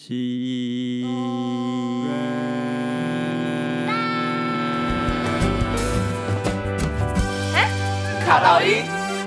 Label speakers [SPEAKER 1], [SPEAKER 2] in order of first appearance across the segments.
[SPEAKER 1] 西。
[SPEAKER 2] 卡到音。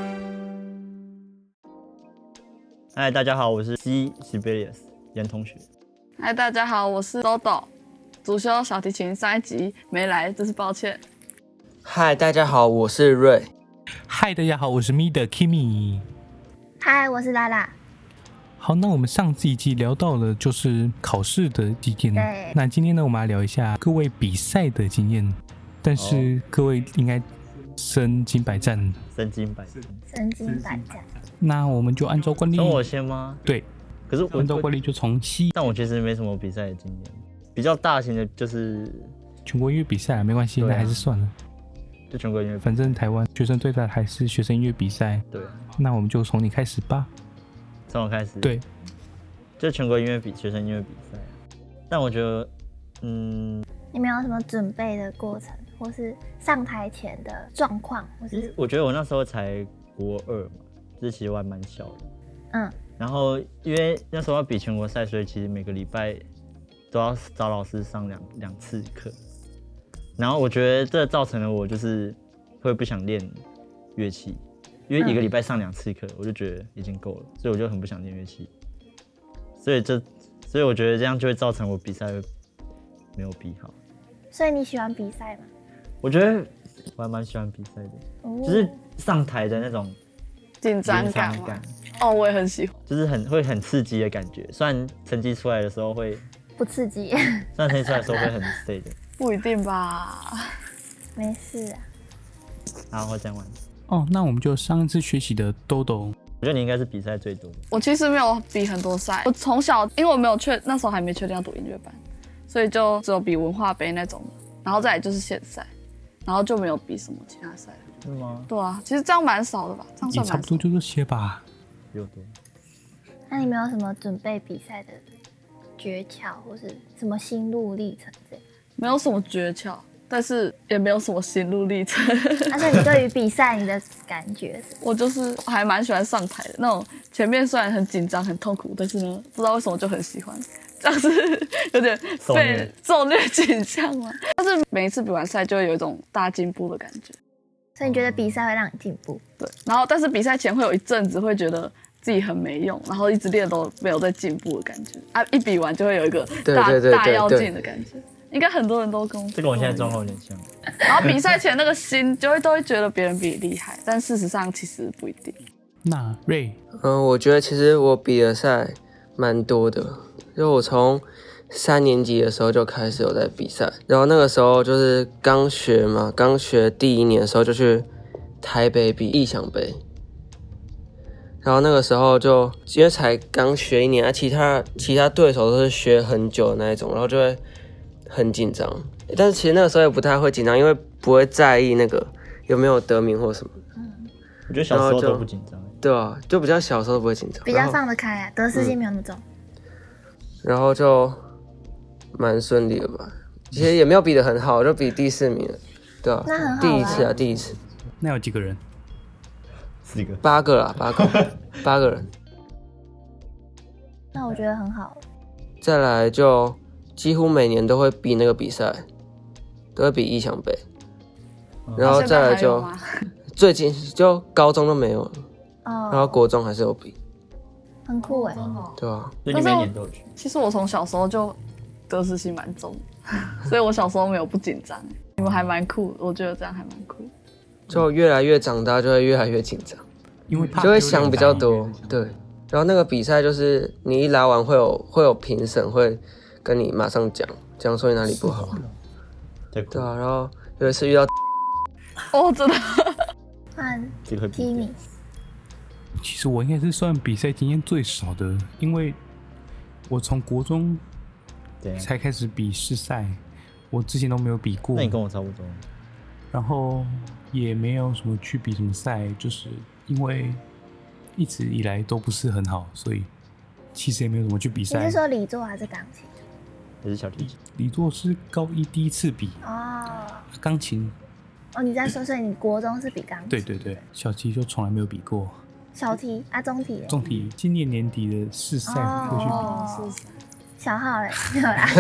[SPEAKER 1] 嗨，大家好，我是 C Sibelius 严同学。
[SPEAKER 2] 嗨，大家好，我是豆豆，主修小提琴，上一集没来，真是抱歉。
[SPEAKER 3] 嗨，大家好，我是瑞。
[SPEAKER 4] 嗨，大家好，我是 Me 的 Kimi。
[SPEAKER 5] 嗨，我是拉拉。
[SPEAKER 4] 好，那我们上一集聊到了就是考试的经验，
[SPEAKER 5] 对。
[SPEAKER 4] 那今天呢，我们来聊一下各位比赛的经验。但是各位应该身经百战。
[SPEAKER 1] 身经百战。
[SPEAKER 4] 那我们就按照惯例。
[SPEAKER 1] 从我先吗？
[SPEAKER 4] 对。
[SPEAKER 1] 可是
[SPEAKER 4] 按照惯例就从西。
[SPEAKER 1] 但我其实没什么比赛的经验，比较大型的就是
[SPEAKER 4] 全国音乐比赛，没关系，那还是算了。
[SPEAKER 1] 就全国音乐，
[SPEAKER 4] 反正台湾学生最大的还是学生音乐比赛。
[SPEAKER 1] 对。
[SPEAKER 4] 那我们就从你开始吧。
[SPEAKER 1] 从我开始。
[SPEAKER 4] 对。
[SPEAKER 1] 就全国音乐学生音乐比赛。但我觉得，
[SPEAKER 5] 你们有什么准备的过程，或是上台前的状况，或是？
[SPEAKER 1] 我觉得我那时候才国2嘛，就是其实我还蛮小的。然后因为那时候要比全国赛，所以其实每个礼拜都要找老师上两次课。然后我觉得这造成了我就是会不想练乐器，因为一个礼拜上2次课，我就觉得已经够了，所以我就很不想练乐器。所以我觉得这样就会造成我比赛没有比好。
[SPEAKER 5] 所以你喜欢比赛吗？
[SPEAKER 1] 我觉得我还蛮喜欢比赛的，就是上台的那种
[SPEAKER 2] 紧张感。我也很喜欢，
[SPEAKER 1] 就是会很刺激的感觉。虽然成绩出来的时候会
[SPEAKER 5] 不刺激，
[SPEAKER 1] 虽然成绩出来的时候会很 sad。
[SPEAKER 2] 不一定吧？
[SPEAKER 5] 没事啊。
[SPEAKER 1] 然后这样玩。
[SPEAKER 4] 那我们就上一次学习的豆豆。
[SPEAKER 1] 我觉得你应该是比赛最多的。
[SPEAKER 2] 我其实没有比很多赛，我从小因为我没有那时候还没确定要读音乐班，所以就只有比文化杯那种的，然后再来就是县赛，然后就没有比什么其他赛。
[SPEAKER 1] 是吗？
[SPEAKER 2] 对啊，其实这样蛮少的吧？这样算蛮少。
[SPEAKER 4] 也差不多就这些吧。
[SPEAKER 1] 比我多。
[SPEAKER 5] 那你们有什么准备比赛的诀窍，或是什么心路历程之类？
[SPEAKER 2] 没有什么诀窍。但是也没有什么心路历程。
[SPEAKER 5] 而且你对于比赛你的感觉是？
[SPEAKER 2] 我就是还蛮喜欢上台的那种，前面虽然很紧张很痛苦，但是呢，不知道为什么就很喜欢，这样是有点被受虐倾向嘛。但是每一次比完赛就会有一种大进步的感觉。
[SPEAKER 5] 所以你觉得比赛会让你进步？
[SPEAKER 2] 对。然后但是比赛前会有一阵子会觉得自己很没用，然后一直练都没有在进步的感觉啊，一比完就会有一个大跃进的感觉。应该很多人都跟我
[SPEAKER 1] 这跟我现在状况有点像。
[SPEAKER 2] 然后比赛前那个心都会觉得别人比你厉害，但事实上其实不一定。
[SPEAKER 4] 那瑞，
[SPEAKER 3] 我觉得其实我比的赛蛮多的，就我从3年级的时候就开始有在比赛，然后那个时候就是刚学第1年的时候就去台北比艺响杯，然后那个时候就因为才刚学1年，其他对手都是学很久的那一种，然后就会很紧张，但是其实那个时候也不太会紧张，因为不会在意那个有没有得名或什么。
[SPEAKER 1] 我觉得小时候都不紧张。
[SPEAKER 3] 对啊，就比较小时候不会紧张，
[SPEAKER 5] 比较放得开啊，得失心没有那么重。
[SPEAKER 3] 然后就蛮顺利的吧，其实也没有比得很好，就比第4名了，对啊，
[SPEAKER 5] 那很好。
[SPEAKER 3] 第一次。
[SPEAKER 4] 那有几个人
[SPEAKER 1] ？4个。
[SPEAKER 3] 8个啦，8个人。
[SPEAKER 5] 那我觉得很好。
[SPEAKER 3] 再来就几乎每年都会比那个比赛，都会比艺响杯，然后再来就最近就高中都没有了，然后国中还是有比，
[SPEAKER 5] 很酷哎，
[SPEAKER 3] 对啊，
[SPEAKER 1] 所以你每年都有去。
[SPEAKER 2] 其实我从小时候就得失心蛮重，所以我小时候没有不紧张。你们还蛮酷，我觉得这样还蛮酷。
[SPEAKER 3] 就越来越长大就会越来越紧张，
[SPEAKER 4] 因为
[SPEAKER 3] 就会想比较多，对。然后那个比赛就是你一拉完会有评审会跟你马上讲说你哪里不好，对啊，然后有一次遇到
[SPEAKER 2] 真的。
[SPEAKER 1] 这个
[SPEAKER 5] Kimi，
[SPEAKER 4] 其实我应该是算比赛经验最少的，因为我从国中才开始比市赛，我之前都没有比过。
[SPEAKER 1] 那你跟我差不多。
[SPEAKER 4] 然后也没有什么去比什么赛，就是因为一直以来都不是很好，所以其实也没有什么去比赛。
[SPEAKER 5] 你是说理作还是钢琴？
[SPEAKER 1] 也是小提琴。
[SPEAKER 4] 理作是高1第一次比钢琴。
[SPEAKER 5] 你在说，所以你国中是比钢琴？
[SPEAKER 4] 对对对，小提就从来没有比过。
[SPEAKER 5] 小提啊，中提。
[SPEAKER 4] 中提今年年底的市赛会去比。
[SPEAKER 5] 小号嘞，没有啦，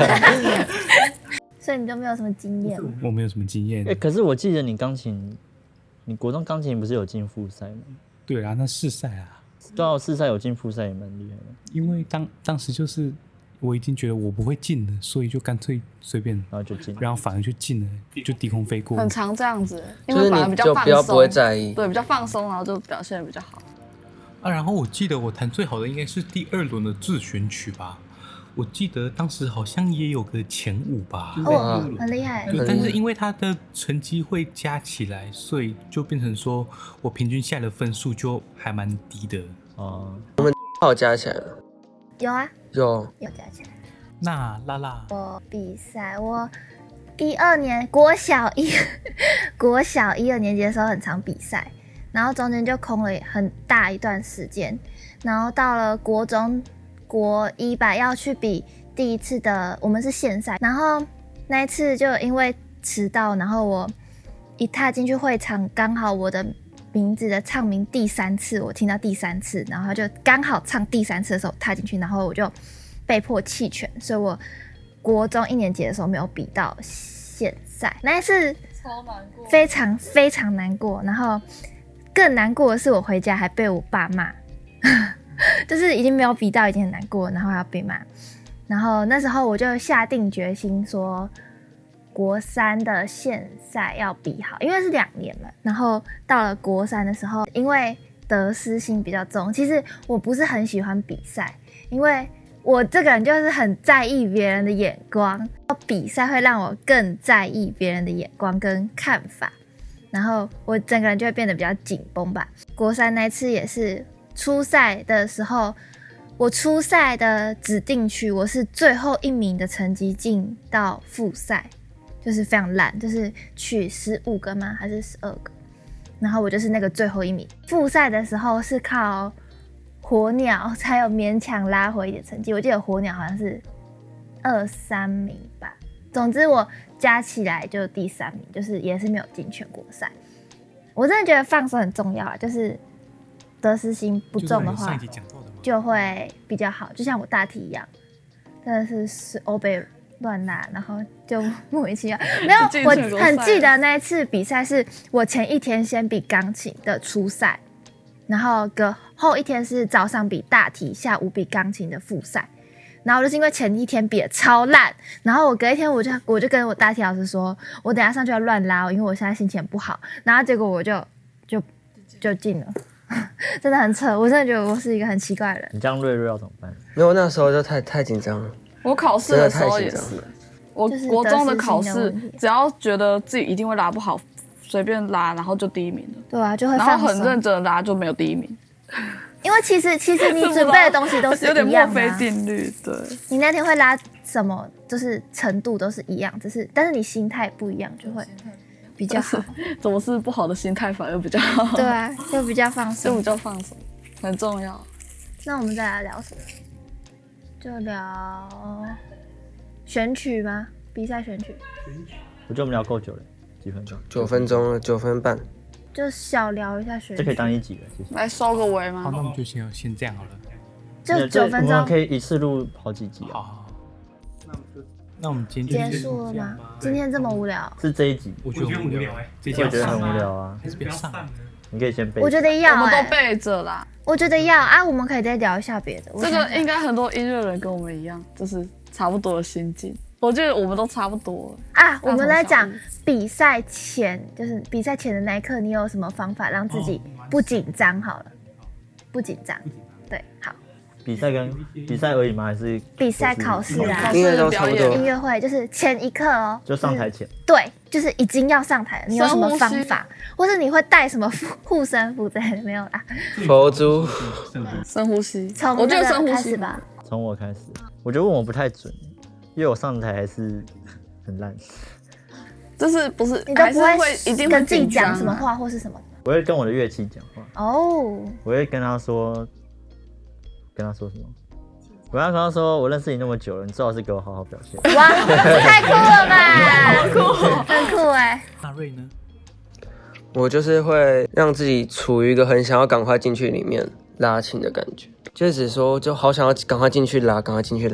[SPEAKER 5] 所以你都没有什么经验。
[SPEAKER 4] 我没有什么经验。
[SPEAKER 1] 可是我记得你国中钢琴不是有进复赛吗？
[SPEAKER 4] 对啊，那试赛啊。
[SPEAKER 1] 对啊，试赛有进复赛也蛮厉害的。
[SPEAKER 4] 因为当时就是我已经觉得我不会进了，所以就干脆随便，
[SPEAKER 1] 然后就进，
[SPEAKER 4] 然后反而就进了，就低空飞过。
[SPEAKER 2] 很常这样子，因
[SPEAKER 3] 为
[SPEAKER 2] 反而比较放松，
[SPEAKER 3] 不会在意，
[SPEAKER 2] 对，比较放松，然后就表现得比较好。
[SPEAKER 4] 啊，然后我记得我弹最好的应该是第2轮的自选曲吧。我记得当时好像也有个前5吧，
[SPEAKER 5] 很厉害。
[SPEAKER 4] 对，但是因为他的成绩会加起来，所以就变成说我平均下来的分数就还蛮低的。
[SPEAKER 3] 我们有加起来了？
[SPEAKER 5] 有啊，
[SPEAKER 3] 有
[SPEAKER 5] 加起来。
[SPEAKER 4] 那拉拉，
[SPEAKER 5] 我比赛，我12年国小1、2年级的时候很常比赛，然后中间就空了很大一段时间，然后到了国中。国1吧要去比第一次的，我们是县赛，然后那一次就因为迟到，然后我一踏进去会场，刚好我的名字的唱名第3次，我听到第3次，然后就刚好唱第3次的时候踏进去，然后我就被迫弃权，所以我国中1年级的时候没有比到县赛，那一次
[SPEAKER 2] 超难过，
[SPEAKER 5] 非常非常难过，然后更难过的是我回家还被我爸骂。就是已经没有比到，已经很难过，然后还要被骂。然后那时候我就下定决心说，国3的县赛要比好，因为是2年嘛。然后到了国3的时候，因为得失心比较重，其实我不是很喜欢比赛，因为我这个人就是很在意别人的眼光，比赛会让我更在意别人的眼光跟看法，然后我整个人就会变得比较紧绷吧。国3那次也是。初赛的时候，我初赛的指定区我是最后1名的成绩进到复赛，就是非常烂，就是取15个吗？还是12个？然后我就是那个最后1名。复赛的时候是靠火鸟才有勉强拉回一点成绩，我记得火鸟好像是2、3名吧。总之我加起来就第3名，就是也是没有进全国赛。我真的觉得放松很重要啊，就是。得失心不重的话，就会比较好。就像我大题一样，真的是欧贝乱拉，然后就莫名其妙。没有，我很记得那一次比赛是我前1天先比钢琴的初赛，然后后1天是早上比大题，下午比钢琴的复赛。然后就是因为前1天比的超烂，然后我隔1天我就跟我大题老师说，我等一下上去要乱拉，因为我现在心情不好。然后结果我就进了。真的很扯，我真的觉得我是一个很奇怪的人。
[SPEAKER 1] 你这样瑞要怎么办？
[SPEAKER 3] 没有，那时候就太紧张了。
[SPEAKER 2] 我考试的时候也是，我国中的考试，只要觉得自己一定会拉不好，随便拉，然后就第1名了。
[SPEAKER 5] 对啊，就会
[SPEAKER 2] 然后很认真的拉就没有第1名。
[SPEAKER 5] 因为其实你准备的东西都是一样的、
[SPEAKER 2] 有点墨菲定律，对。
[SPEAKER 5] 你那天会拉什么，就是程度都是一样，但是你心态不一样，就会。比较好，
[SPEAKER 2] 怎么是不好的心态反而比较好？
[SPEAKER 5] 对啊，就比较放松，
[SPEAKER 2] 很重要。
[SPEAKER 5] 那我们再来聊什么？就聊选曲吗？比赛选曲？
[SPEAKER 1] 我觉得我们聊够久了，几分钟
[SPEAKER 3] ？9分钟了，9分半。
[SPEAKER 5] 就小聊一下选曲。
[SPEAKER 1] 这可以当1集了，谢谢。
[SPEAKER 2] 来收个尾吗？
[SPEAKER 4] 好，那我们就先这样好了。
[SPEAKER 5] 就9分钟。
[SPEAKER 1] 我们可以一次录好几集啊。
[SPEAKER 4] 好。那我们今天
[SPEAKER 5] 结束了吗？今天这么无聊？
[SPEAKER 1] 是这1集，
[SPEAKER 4] 我觉得很无聊
[SPEAKER 1] 我觉得很无聊啊。
[SPEAKER 4] 还是不要上了。
[SPEAKER 1] 你可以先背。
[SPEAKER 5] 我觉得要，
[SPEAKER 2] 我们都背着啦。
[SPEAKER 5] 我觉得要啊，我们可以再聊一下别的。
[SPEAKER 2] 这个应该很多音乐人跟我们一样，就是差不多的心境。我觉得我们都差不多
[SPEAKER 5] 啊。我们来讲比赛前，就是比赛前的那一刻，你有什么方法让自己不紧张？好了，不紧张。对，好。
[SPEAKER 1] 比赛而已吗？还是
[SPEAKER 5] 比赛考试啊？
[SPEAKER 3] 音乐都差不多。
[SPEAKER 5] 音乐会就是前一刻哦，
[SPEAKER 1] 就上台前。
[SPEAKER 5] 对，就是已经要上台了。你有什么方法，或是你会带什么护身符之类的？没有啦。
[SPEAKER 3] 佛珠。
[SPEAKER 2] 深呼吸。
[SPEAKER 5] 我觉得深呼吸开始吧。
[SPEAKER 1] 从我开始，我觉得问我不太准，因为我上台还是很烂。
[SPEAKER 2] 就是不是
[SPEAKER 5] 你都不会
[SPEAKER 2] 一定
[SPEAKER 5] 跟自己讲什么话或是什么？
[SPEAKER 1] 我会跟我的乐器讲话。
[SPEAKER 5] 哦。
[SPEAKER 1] 我会跟他说。跟他说什么？我要跟他说，我认识你那么久了，你最好是给我好好表现。
[SPEAKER 5] 哇，太酷了吧！好酷，很酷哎。
[SPEAKER 4] 那瑞呢？
[SPEAKER 3] 我就是会让自己处于一个很想要赶快进去里面拉琴的感觉，就是说就好想要赶快进去拉，赶快进去拉，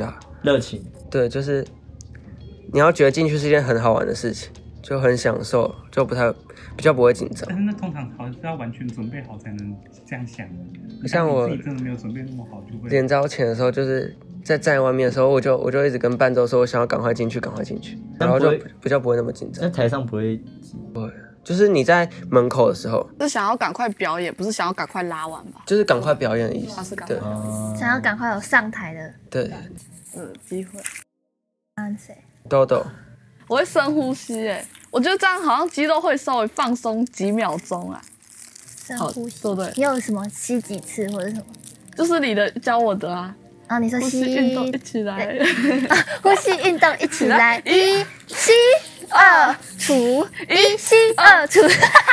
[SPEAKER 1] 热情。
[SPEAKER 3] 对，就是你要觉得进去是一件很好玩的事情，就很享受，就比较不会紧张。
[SPEAKER 4] 但是那通常好像是要完全准备好才能这样想。
[SPEAKER 3] 像我
[SPEAKER 4] 自己真的没有准备那么好，就会
[SPEAKER 3] 连招前的时候，就是在站外面的时候，我就一直跟伴奏说，我想要赶快进去，然后就比较不会那么紧张。
[SPEAKER 1] 在台上不会，
[SPEAKER 3] 就是你在门口的时候，
[SPEAKER 2] 是想要赶快表演，不是想要赶快拉完吧？
[SPEAKER 3] 就是赶快表演的意思。
[SPEAKER 2] 是赶
[SPEAKER 3] 快，
[SPEAKER 5] 想要赶快有上台的
[SPEAKER 2] 机会。
[SPEAKER 5] 谁？
[SPEAKER 3] 豆豆，
[SPEAKER 2] 我会深呼吸我觉得这样好像肌肉会稍微放松几秒钟啊。
[SPEAKER 5] 深呼吸，
[SPEAKER 2] 对不对？
[SPEAKER 5] 你有什么吸几次或者什么？
[SPEAKER 2] 就是你的教我的啊。
[SPEAKER 5] 你说吸
[SPEAKER 2] 运动一起来，
[SPEAKER 5] 呼吸运动一起来，1吸2吐，1吸2吐，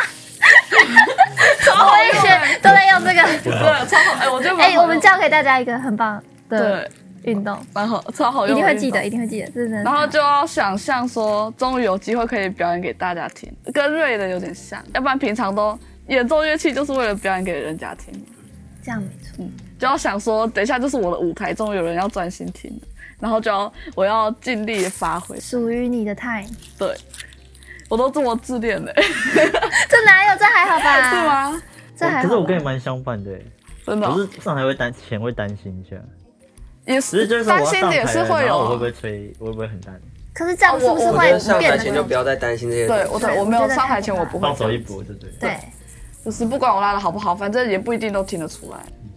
[SPEAKER 5] 超危险，都在用这个，
[SPEAKER 2] 对，超好，我觉得
[SPEAKER 5] 我们教给大家一个很棒的运动，
[SPEAKER 2] 蛮好，超好用，
[SPEAKER 5] 一定会记得，真的。
[SPEAKER 2] 然后就要想象说，终于有机会可以表演给大家听，跟瑞的有点像，要不然平常都演奏乐器就是为了表演给人家听，
[SPEAKER 5] 这样没错。
[SPEAKER 2] 就要想说，等一下就是我的舞台，终于有人要专心听，然后我要尽力发挥，
[SPEAKER 5] 属于你的 time。
[SPEAKER 2] 对，我都这么自恋的，
[SPEAKER 5] 这哪有？这还好吧？
[SPEAKER 2] 是吗？
[SPEAKER 5] 这还好。
[SPEAKER 1] 可是我跟你蛮相反的，
[SPEAKER 2] 真的。
[SPEAKER 1] 我是上台会担心一下，
[SPEAKER 2] 也是担心的也是会有，
[SPEAKER 1] 我会不会吹？我会不会很担？
[SPEAKER 5] 可是这样是不是会
[SPEAKER 3] 上台前就不要再担心这些？
[SPEAKER 2] 对，我没有上台前我不会
[SPEAKER 1] 放手一搏，就对。
[SPEAKER 5] 对，
[SPEAKER 2] 就是不管我拉的好不好，反正也不一定都听得出来。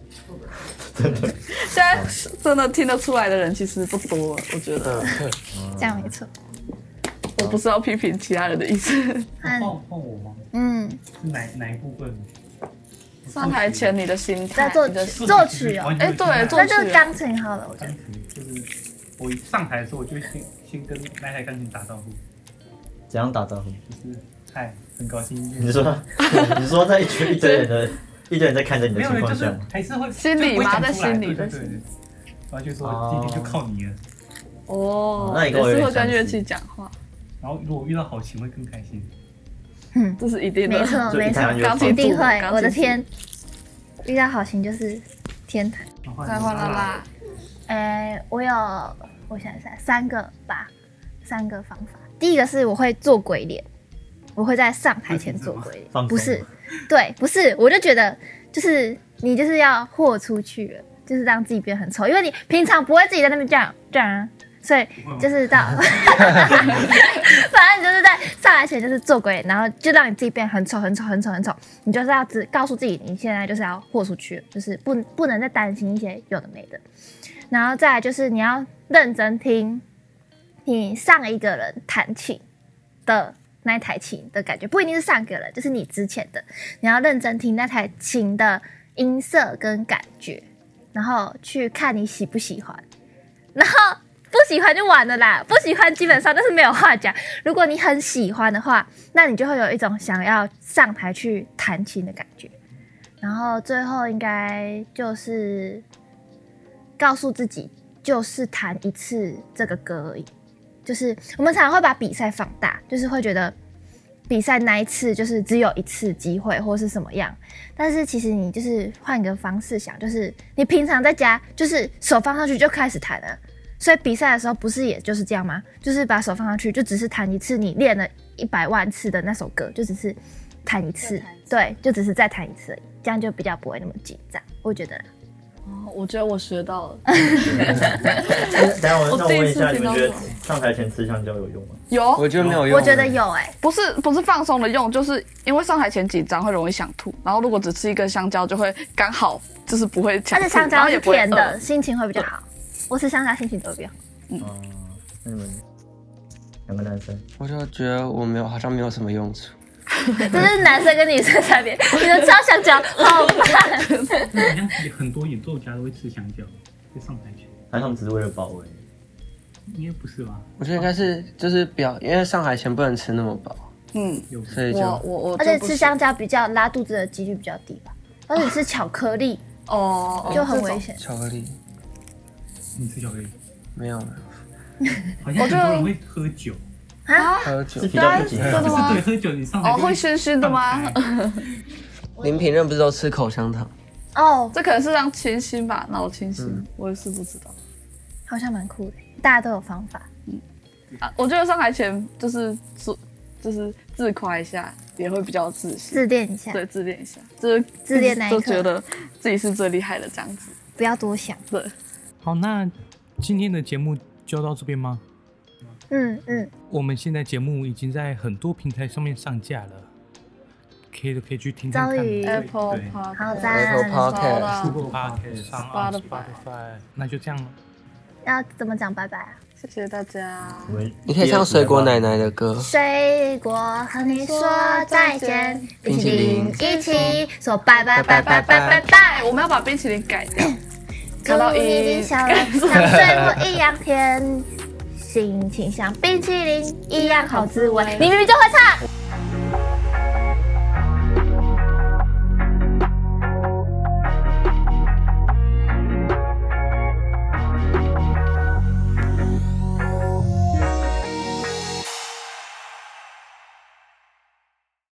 [SPEAKER 2] 现在真的听得出来的人其实不多了，我觉得。
[SPEAKER 5] 这样没错。
[SPEAKER 2] 我不是要批评其他人的意思。
[SPEAKER 4] 换我吗？是哪一部分？
[SPEAKER 2] 上台前你的心态，
[SPEAKER 5] 在作曲哦。
[SPEAKER 2] 对，作曲。
[SPEAKER 5] 那就是钢琴好了，我觉得。
[SPEAKER 4] 钢琴就是我一上台的时候，我就先跟那台钢琴打招呼。
[SPEAKER 1] 怎样打招呼？
[SPEAKER 4] 就是嗨，很高兴。
[SPEAKER 1] 你说在一堆人在看着你的情况下，
[SPEAKER 4] 还是会
[SPEAKER 2] 心里嘛，在心里
[SPEAKER 4] 对。然后就说今天就靠你了。
[SPEAKER 1] 那你跟我
[SPEAKER 2] 也是会跟乐器讲话。
[SPEAKER 4] 然后如果遇到好琴会更开心。
[SPEAKER 2] 这是一定的。
[SPEAKER 5] 没错，钢琴一定会。我的天，遇到好琴就是天堂。
[SPEAKER 2] 太换了啦。
[SPEAKER 5] 我想一下，3个方法。第一个是我会做鬼脸，我会在上台前做鬼脸，不是，我就觉得就是你就是要豁出去了，就是让自己变很丑，因为你平常不会自己在那边这样，所以就是到，反正你就是在上台前就是做鬼脸，然后就让你自己变很丑，你就是要告诉自己，你现在就是要豁出去了，就是不能再担心一些有的没的，然后再来就是你要认真听你上一个人弹琴的那一台琴的感觉，不一定是上个人，就是你之前的，你要认真听那台琴的音色跟感觉，然后去看你喜不喜欢，然后不喜欢就完了啦，不喜欢基本上就是没有话讲。如果你很喜欢的话，那你就会有一种想要上台去弹琴的感觉。然后最后应该就是告诉自己，就是弹一次这个歌而已。就是我们常常会把比赛放大，就是会觉得比赛那一次就是只有一次机会或是什么样，但是其实你就是换个方式想，就是你平常在家就是手放上去就开始弹了，所以比赛的时候不是也就是这样吗？就是把手放上去就只是弹一次你练了100万次的那首歌，就只是弹一次，对，就只是再弹一次而已，这样就比较不会那么紧张，我觉得啦。
[SPEAKER 2] 我觉得我学到了。
[SPEAKER 1] 等下我问一下，你们觉得上台前吃香蕉有用吗？
[SPEAKER 2] 有，
[SPEAKER 3] 我觉得没有用。
[SPEAKER 5] 我觉得有
[SPEAKER 2] 不是放松的用，就是因为上台前紧张会容易想吐，然后如果只吃一根香蕉就会刚好就是不会想吐，
[SPEAKER 5] 而且香蕉是甜的，心情会比较好。我吃香蕉心情都会比较好。
[SPEAKER 1] 那你们2个男生，
[SPEAKER 3] 我就觉得我好像没有什么用处。
[SPEAKER 5] 这是男生跟女生差别，你的超香蕉好棒。
[SPEAKER 4] 好像很多演奏家都会吃香蕉，在上台前。
[SPEAKER 1] 他们只是为了保温。
[SPEAKER 4] 应该不是吧？
[SPEAKER 3] 我觉得应该是就是因为上台前不能吃那么饱。所以就
[SPEAKER 2] 我
[SPEAKER 5] 而且吃香蕉比较拉肚子的几率比较低吧。而且吃巧克力就很危险。
[SPEAKER 3] 巧克力，
[SPEAKER 4] 你吃巧克力？
[SPEAKER 3] 没有。
[SPEAKER 4] 好像很多人会喝酒。
[SPEAKER 3] 喝酒
[SPEAKER 1] 是比较不紧张的
[SPEAKER 4] 吗？对，喝酒你上台
[SPEAKER 2] 会熏熏的吗？
[SPEAKER 3] 林品任不是都吃口香糖？
[SPEAKER 2] 这可能是让清新吧，脑清新，我也是不知道。
[SPEAKER 5] 好像蛮酷的，大家都有方法。
[SPEAKER 2] 我觉得上台前就是自夸一下，也会比较自信。
[SPEAKER 5] 自恋一下，
[SPEAKER 2] 对，自恋一下，就是
[SPEAKER 5] 自恋那一刻
[SPEAKER 2] 就觉得自己是最厉害的这样子，
[SPEAKER 5] 不要多想。
[SPEAKER 2] 对，
[SPEAKER 4] 好，那今天的节目就到这边吗？我们现在节目已经在很多平台上面上架了，可以去听听看。
[SPEAKER 2] Apple
[SPEAKER 3] Podcast、Google
[SPEAKER 4] Podcast、Spotify，那就这样了。
[SPEAKER 5] 要怎么讲拜拜啊？
[SPEAKER 2] 谢谢大家。
[SPEAKER 3] 你可以唱水果奶奶的歌。
[SPEAKER 5] 水果和你说再见，冰淇淋一起说拜拜拜拜拜拜拜。
[SPEAKER 2] 我们要把冰淇淋改掉。
[SPEAKER 5] 祝你的笑容像水果一样甜，心情像冰淇淋一样好滋味。你明明就会唱。